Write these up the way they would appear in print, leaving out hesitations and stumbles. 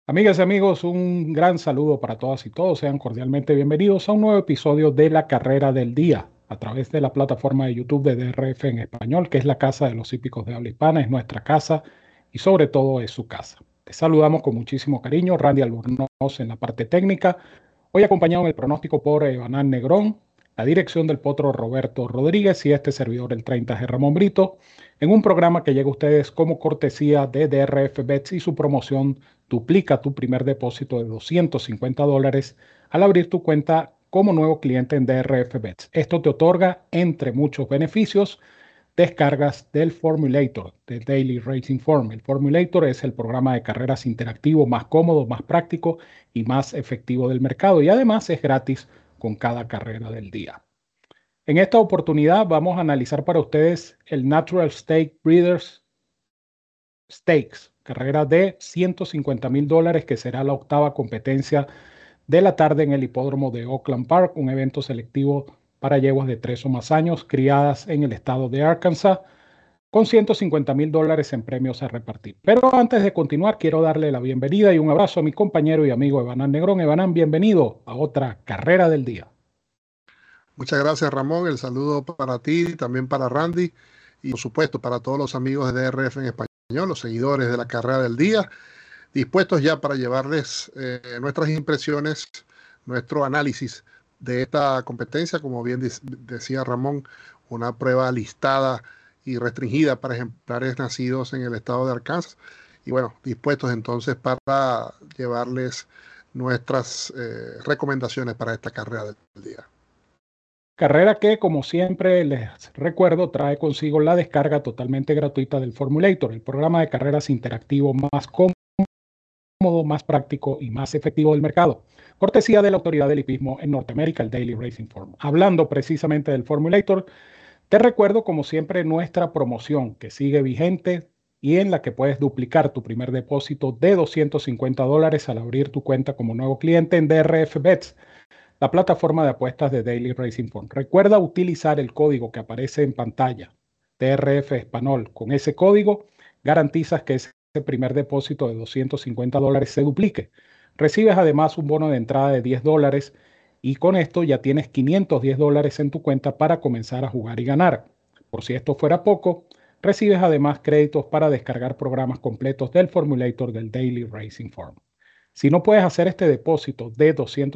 Amigas y amigos, un gran saludo para todas y todos. Sean cordialmente bienvenidos a un nuevo episodio de La Carrera del Día a través de la plataforma de YouTube de DRF en español, que es la casa de los hípicos de habla hispana, es nuestra casa y sobre todo es su casa. Les saludamos con muchísimo cariño, Randy Albornoz en la parte técnica, hoy acompañado en el pronóstico por Evanán Negrón, la dirección del potro Roberto Rodríguez y este servidor el 30G Ramón Brito, en un programa que llega a ustedes como cortesía de DRF Bets y su promoción duplica tu primer depósito de $250 al abrir tu cuenta como nuevo cliente en DRF Bets. Esto te otorga, entre muchos beneficios, descargas del Formulator, de Daily Racing Form. El Formulator es el programa de carreras interactivo más cómodo, más práctico y más efectivo del mercado y además es gratis con cada carrera del día. En esta oportunidad vamos a analizar para ustedes el Natural Stake Breeders Stakes, carrera de $150,000 que será la octava competencia de la tarde en el hipódromo de Oakland Park, un evento selectivo para yeguas de 3 o más años criadas en el estado de Arkansas, con $150,000 en premios a repartir. Pero antes de continuar, quiero darle la bienvenida y un abrazo a mi compañero y amigo Evanán Negrón. Evanán, bienvenido a otra carrera del día. Muchas gracias, Ramón. El saludo para ti, también para Randy y por supuesto para todos los amigos de DRF en español, los seguidores de la carrera del día, dispuestos ya para llevarles nuestras impresiones, nuestro análisis de esta competencia. Como bien decía Ramón, una prueba listada y restringida para ejemplares nacidos en el estado de Arkansas. Y bueno, dispuestos entonces para llevarles nuestras recomendaciones para esta carrera del día. Carrera que, como siempre les recuerdo, trae consigo la descarga totalmente gratuita del Formulator, el programa de carreras interactivo más cómodo, más práctico y más efectivo del mercado. Cortesía de la autoridad del hipismo en Norteamérica, el Daily Racing Form. Hablando precisamente del Formulator, te recuerdo, como siempre, nuestra promoción que sigue vigente y en la que puedes duplicar tu primer depósito de $250 al abrir tu cuenta como nuevo cliente en DRF Bets, la plataforma de apuestas de Daily Racing Form. Recuerda utilizar el código que aparece en pantalla, DRF Español. Con ese código garantizas que ese primer depósito de $250 se duplique. Recibes además un bono de entrada de $10 y con esto ya tienes $510 en tu cuenta para comenzar a jugar y ganar. Por si esto fuera poco, recibes además créditos para descargar programas completos del Formulator del Daily Racing Form. Si no puedes hacer este depósito de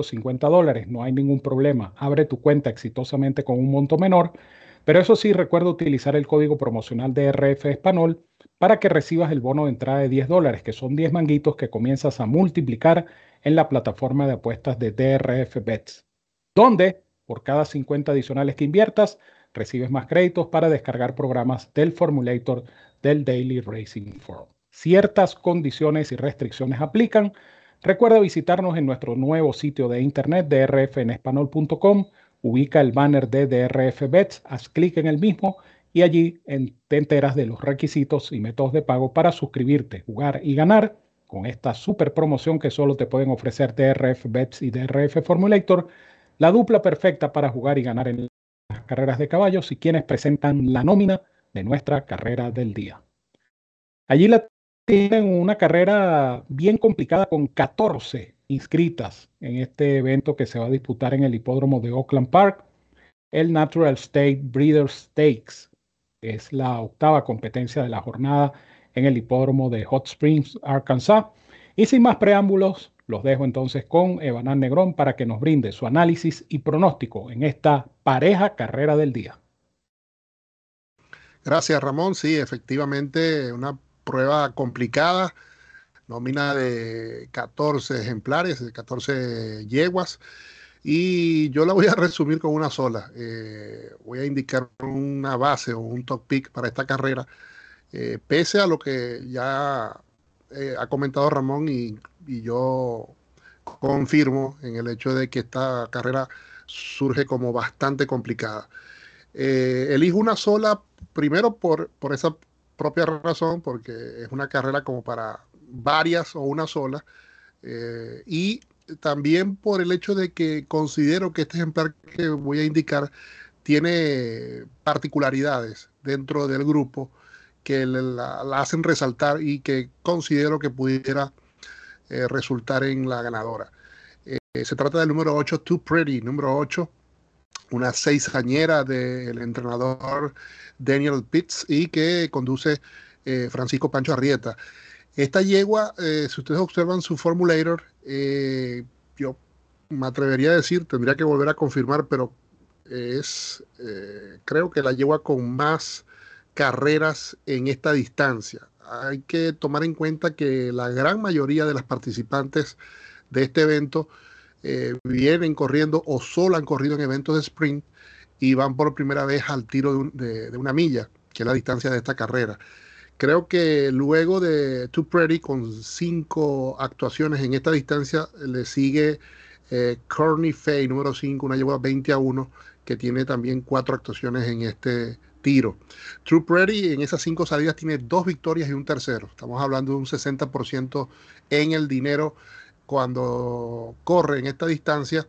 $250, no hay ningún problema. Abre tu cuenta exitosamente con un monto menor, pero eso sí, recuerda utilizar el código promocional de RF Español para que recibas el bono de entrada de $10, que son 10 manguitos que comienzas a multiplicar en la plataforma de apuestas de DRF Bets, donde por cada 50 adicionales que inviertas, recibes más créditos para descargar programas del Formulator del Daily Racing Form. Ciertas condiciones y restricciones aplican. Recuerda visitarnos en nuestro nuevo sitio de internet drfenespanol.com. Ubica el banner de DRF Bets, haz clic en el mismo y allí te enteras de los requisitos y métodos de pago para suscribirte, jugar y ganar con esta super promoción que solo te pueden ofrecer DRF Bets y DRF Formulator, la dupla perfecta para jugar y ganar en las carreras de caballos y quienes presentan la nómina de nuestra carrera del día. Allí la tienen una carrera bien complicada con 14 inscritas en este evento que se va a disputar en el hipódromo de Oakland Park, el Natural State Breeders Stakes. Es la octava competencia de la jornada en el hipódromo de Hot Springs, Arkansas. Y sin más preámbulos, los dejo entonces con Evanán Negrón para que nos brinde su análisis y pronóstico en esta pareja carrera del día. Gracias, Ramón. Sí, efectivamente, una prueba complicada, nómina de 14 ejemplares, de 14 yeguas, y yo la voy a resumir con una sola. Voy a indicar una base o un top pick para esta carrera, pese a lo que ya ha comentado Ramón y yo confirmo en el hecho de que esta carrera surge como bastante complicada. Elijo una sola, primero por esa propia razón, porque es una carrera como para varias o una sola, y también por el hecho de que considero que este ejemplar que voy a indicar tiene particularidades dentro del grupo que la hacen resaltar y que considero que pudiera resultar en la ganadora. Se trata del número 8, Too Pretty, número 8, una seisañera del entrenador Daniel Pitts y que conduce Francisco Pancho Arrieta. Esta yegua, si ustedes observan su formulator, yo me atrevería a decir, tendría que volver a confirmar, pero creo que la yegua con más carreras en esta distancia. Hay que tomar en cuenta que la gran mayoría de las participantes de este evento vienen corriendo o solo han corrido en eventos de sprint y van por primera vez al tiro de una milla, que es la distancia de esta carrera. Creo que luego de Too Pretty, con 5 actuaciones en esta distancia, le sigue Courtney Fay, número 5, una yegua 20-1, que tiene también 4 actuaciones en este tiro. Too Pretty en esas 5 salidas tiene 2 victorias y un tercero. Estamos hablando de un 60% en el dinero cuando corre en esta distancia.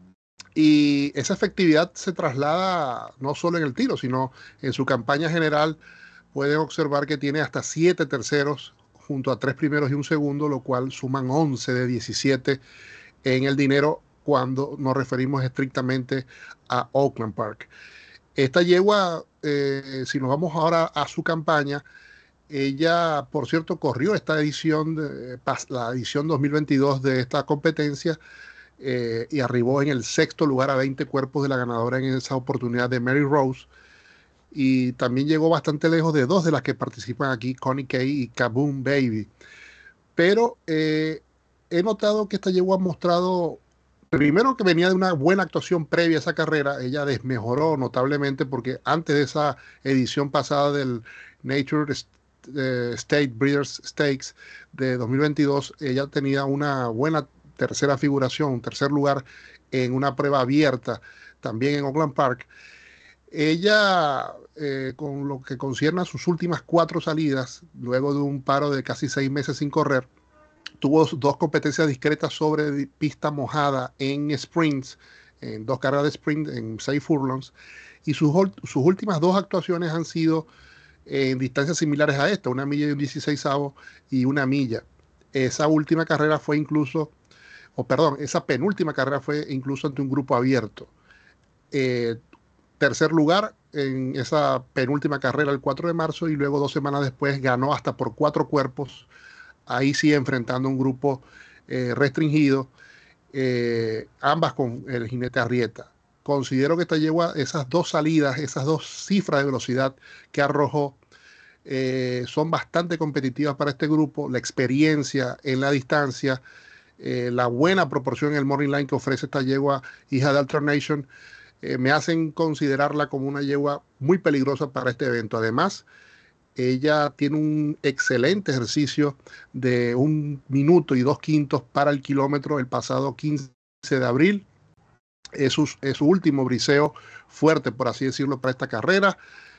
Y esa efectividad se traslada no solo en el tiro, sino en su campaña general. Pueden observar que tiene hasta 7 terceros junto a 3 primeros y un segundo, lo cual suman 11 de 17 en el dinero cuando nos referimos estrictamente a Oakland Park. Esta yegua, si nos vamos ahora a su campaña, ella, por cierto, corrió esta edición, la edición 2022 de esta competencia, y arribó en el 6º lugar a 20 cuerpos de la ganadora en esa oportunidad de Mary Rose. Y también llegó bastante lejos de 2 de las que participan aquí, Connie Kay y Kaboom Baby. Pero he notado que esta yegua ha mostrado, primero, que venía de una buena actuación previa a esa carrera. Ella desmejoró notablemente porque antes de esa edición pasada del Nature State Breeders Stakes de 2022, ella tenía una buena tercera figuración, un tercer lugar en una prueba abierta, también en Oakland Park. Ella, con lo que concierne a sus últimas 4 salidas, luego de un paro de casi 6 meses sin correr, tuvo 2 competencias discretas sobre pista mojada en sprints, en 2 carreras de sprint, en 6 furlongs, y sus últimas 2 actuaciones han sido en distancias similares a esta, una milla y un 16avo y una milla. Esa última carrera fue incluso, esa penúltima carrera fue incluso ante un grupo abierto. Tercer lugar en esa penúltima carrera el 4 de marzo y luego 2 semanas después ganó hasta por 4 cuerpos, ahí sí enfrentando un grupo restringido, ambas con el jinete Arrieta. Considero que esta yegua, esas 2 salidas, esas 2 cifras de velocidad que arrojó, son bastante competitivas para este grupo. La experiencia en la distancia, la buena proporción en el morning line que ofrece esta yegua, hija de Alternation, me hacen considerarla como una yegua muy peligrosa para este evento. Además, ella tiene un excelente ejercicio de 1 minuto y 2 quintos para el kilómetro el pasado 15 de abril. Es su último briseo fuerte, por así decirlo, para esta carrera.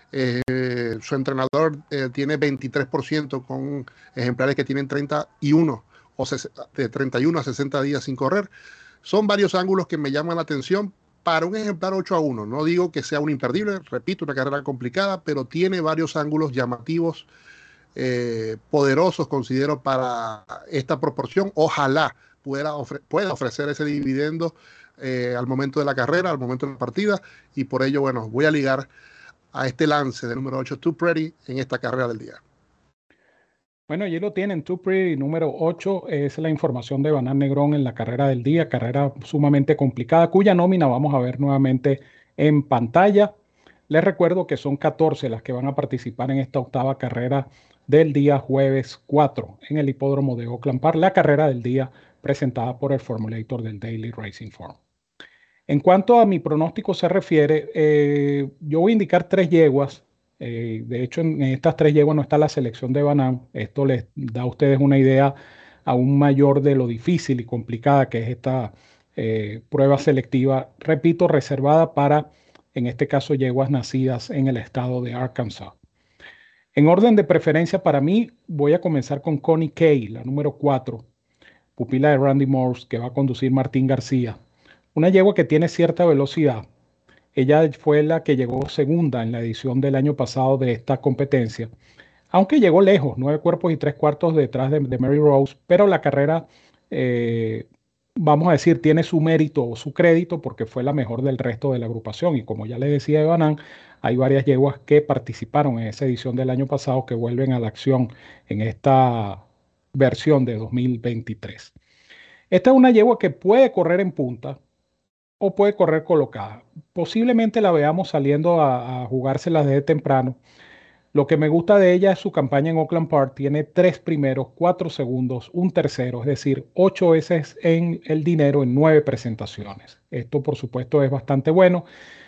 Su entrenador tiene 23% con ejemplares que tienen 31 o de 31 a 60 días sin correr. Son varios ángulos que me llaman la atención para un ejemplar 8-1. No digo que sea un imperdible, repito, una carrera complicada, pero tiene varios ángulos llamativos, poderosos, considero, para esta proporción. Ojalá pueda ofrecer ese dividendo al momento de la carrera, al momento de la partida, y por ello, bueno, voy a ligar a este lance de número 8, Too Pretty, en esta carrera del día. Bueno, allí lo tienen, Too Pretty, número 8, es la información de Banán Negrón en la carrera del día, carrera sumamente complicada, cuya nómina vamos a ver nuevamente en pantalla. Les recuerdo que son 14 las que van a participar en esta octava carrera del día jueves 4 en el hipódromo de Oakland Park, la carrera del día presentada por el formulator del Daily Racing Form. En cuanto a mi pronóstico se refiere, yo voy a indicar 3 yeguas. De hecho, en estas 3 yeguas no está la selección de Banán. Esto les da a ustedes una idea aún mayor de lo difícil y complicada que es esta prueba selectiva, repito, reservada para, en este caso, yeguas nacidas en el estado de Arkansas. En orden de preferencia para mí, voy a comenzar con Connie Kay, la número 4, pupila de Randy Morse, que va a conducir Martín García. Una yegua que tiene cierta velocidad. Ella fue la que llegó segunda en la edición del año pasado de esta competencia, aunque llegó lejos, 9 cuerpos y 3 cuartos detrás de Mary Rose, pero la carrera vamos a decir, tiene su mérito o su crédito porque fue la mejor del resto de la agrupación. Y como ya le decía Evanán, hay varias yeguas que participaron en esa edición del año pasado que vuelven a la acción en esta versión de 2023. Esta es una yegua que puede correr en punta o puede correr colocada. Posiblemente la veamos saliendo a jugársela desde temprano. Lo que me gusta de ella es su campaña en Oakland Park. Tiene 3 primeros, 4 segundos, un tercero, es decir, 8 veces en el dinero en 9 presentaciones. Esto, por supuesto, es bastante bueno.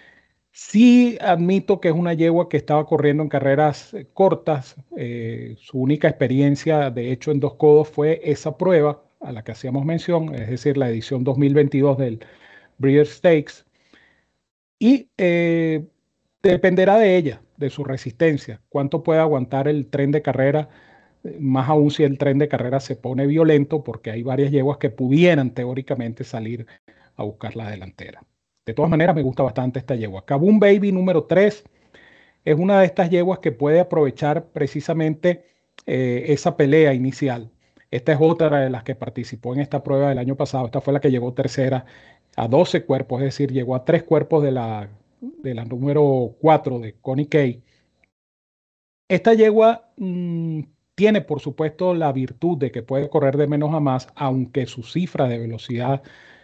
Sí admito que es una yegua que estaba corriendo en carreras cortas. Su única experiencia, de hecho, en dos codos fue esa prueba a la que hacíamos mención, es decir, la edición 2022 del Breeders' Stakes. Y dependerá de ella, de su resistencia, cuánto puede aguantar el tren de carrera, más aún si el tren de carrera se pone violento, porque hay varias yeguas que pudieran teóricamente salir a buscar la delantera. De todas maneras, me gusta bastante esta yegua. Kaboom Baby número 3 es una de estas yeguas que puede aprovechar precisamente esa pelea inicial. Esta es otra de las que participó en esta prueba del año pasado. Esta fue la que llegó tercera a 12 cuerpos, es decir, llegó a 3 cuerpos de la número 4 de Connie Kay. Esta yegua tiene, por supuesto, la virtud de que puede correr de menos a más, aunque sus cifras de velocidad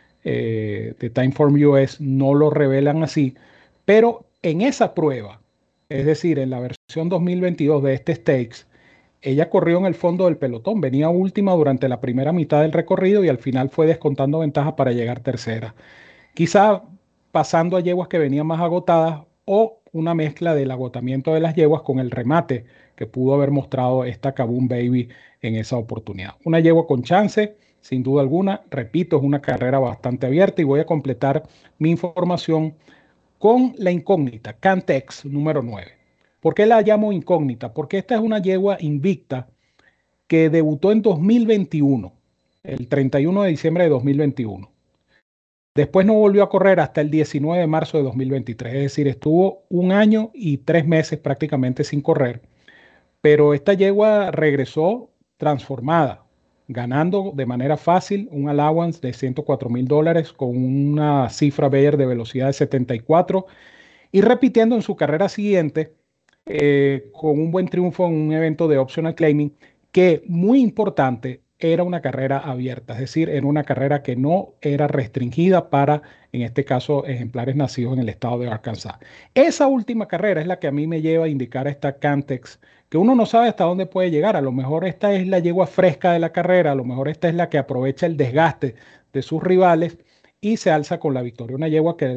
de Timeform US no lo revelan así, pero en esa prueba, es decir, en la versión 2022 de este Stakes, ella corrió en el fondo del pelotón, venía última durante la primera mitad del recorrido y al final fue descontando ventajas para llegar tercera. Quizá pasando a yeguas que venían más agotadas o una mezcla del agotamiento de las yeguas con el remate que pudo haber mostrado esta Kaboom Baby en esa oportunidad. Una yegua con chance, sin duda alguna. Repito, es una carrera bastante abierta y voy a completar mi información con la incógnita, Cantex número 9. ¿Por qué la llamo incógnita? Porque esta es una yegua invicta que debutó en 2021, el 31 de diciembre de 2021. Después no volvió a correr hasta el 19 de marzo de 2023, es decir, estuvo 1 año y 3 meses prácticamente sin correr, pero esta yegua regresó transformada, ganando de manera fácil un allowance de $104,000 con una cifra Bayer de velocidad de 74 y repitiendo en su carrera siguiente con un buen triunfo en un evento de optional claiming que, muy importante, era una carrera abierta, es decir, era una carrera que no era restringida para, en este caso, ejemplares nacidos en el estado de Arkansas. Esa última carrera es la que a mí me lleva a indicar a esta Cantex, que uno no sabe hasta dónde puede llegar. A lo mejor esta es la yegua fresca de la carrera, a lo mejor esta es la que aprovecha el desgaste de sus rivales y se alza con la victoria. Una yegua que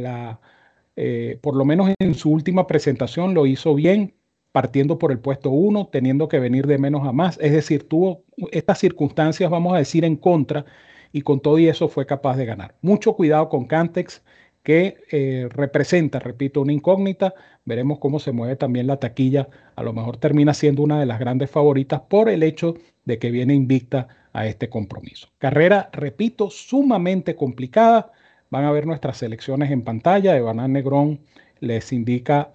por lo menos en su última presentación lo hizo bien, partiendo por el puesto 1, teniendo que venir de menos a más. Es decir, tuvo estas circunstancias, vamos a decir, en contra, y con todo y eso fue capaz de ganar. Mucho cuidado con Cantex, que representa, repito, una incógnita. Veremos cómo se mueve también la taquilla. A lo mejor termina siendo una de las grandes favoritas por el hecho de que viene invicta a este compromiso. Carrera, repito, sumamente complicada. Van a ver nuestras selecciones en pantalla. Evanán Negrón les indica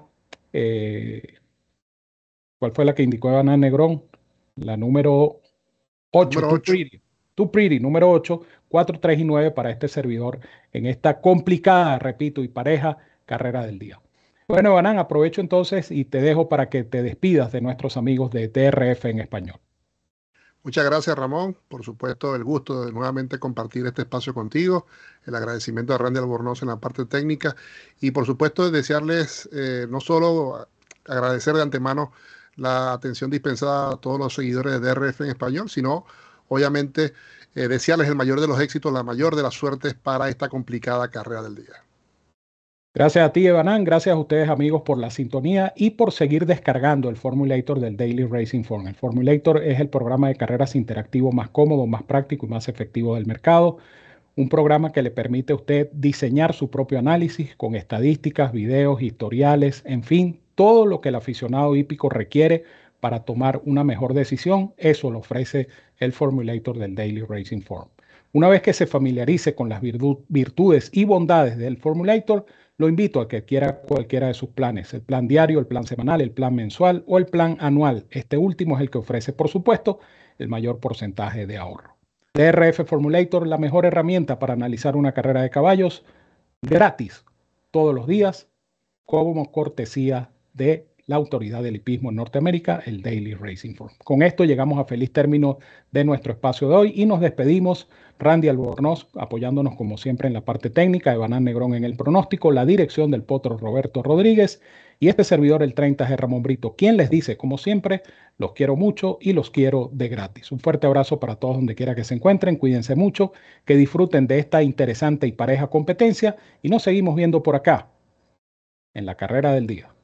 eh, ¿cuál fue la que indicó Evanán Negrón? La número 8, Número Too 8. Pretty. Too Pretty, número 8, 4, 3 y 9 para este servidor en esta complicada, repito, y pareja carrera del día. Bueno, Evanán, aprovecho entonces y te dejo para que te despidas de nuestros amigos de TRF en español. Muchas gracias, Ramón. Por supuesto, el gusto de nuevamente compartir este espacio contigo. El agradecimiento a Randy Albornoz en la parte técnica. Y por supuesto, desearles no solo agradecer de antemano la atención dispensada a todos los seguidores de DRF en español, sino obviamente desearles el mayor de los éxitos, la mayor de las suertes para esta complicada carrera del día. Gracias a ti, Evanán. Gracias a ustedes, amigos, por la sintonía y por seguir descargando el Formulator del Daily Racing Form. El Formulator es el programa de carreras interactivo más cómodo, más práctico y más efectivo del mercado. Un programa que le permite a usted diseñar su propio análisis con estadísticas, videos, historiales, en fin, todo lo que el aficionado hípico requiere para tomar una mejor decisión. Eso lo ofrece el Formulator del Daily Racing Form. Una vez que se familiarice con las virtudes y bondades del Formulator, lo invito a que adquiera cualquiera de sus planes, el plan diario, el plan semanal, el plan mensual o el plan anual. Este último es el que ofrece, por supuesto, el mayor porcentaje de ahorro. DRF Formulator, la mejor herramienta para analizar una carrera de caballos, gratis, todos los días, como cortesía de la autoridad del hipismo en Norteamérica, el Daily Racing Form. Con esto llegamos a feliz término de nuestro espacio de hoy y nos despedimos. Randy Albornoz apoyándonos como siempre en la parte técnica, Evanán Negrón en el pronóstico, la dirección del potro Roberto Rodríguez y este servidor el 30G Ramón Brito, quien les dice como siempre, los quiero mucho y los quiero de gratis. Un fuerte abrazo para todos donde quiera que se encuentren, cuídense mucho, que disfruten de esta interesante y pareja competencia y nos seguimos viendo por acá en la carrera del día.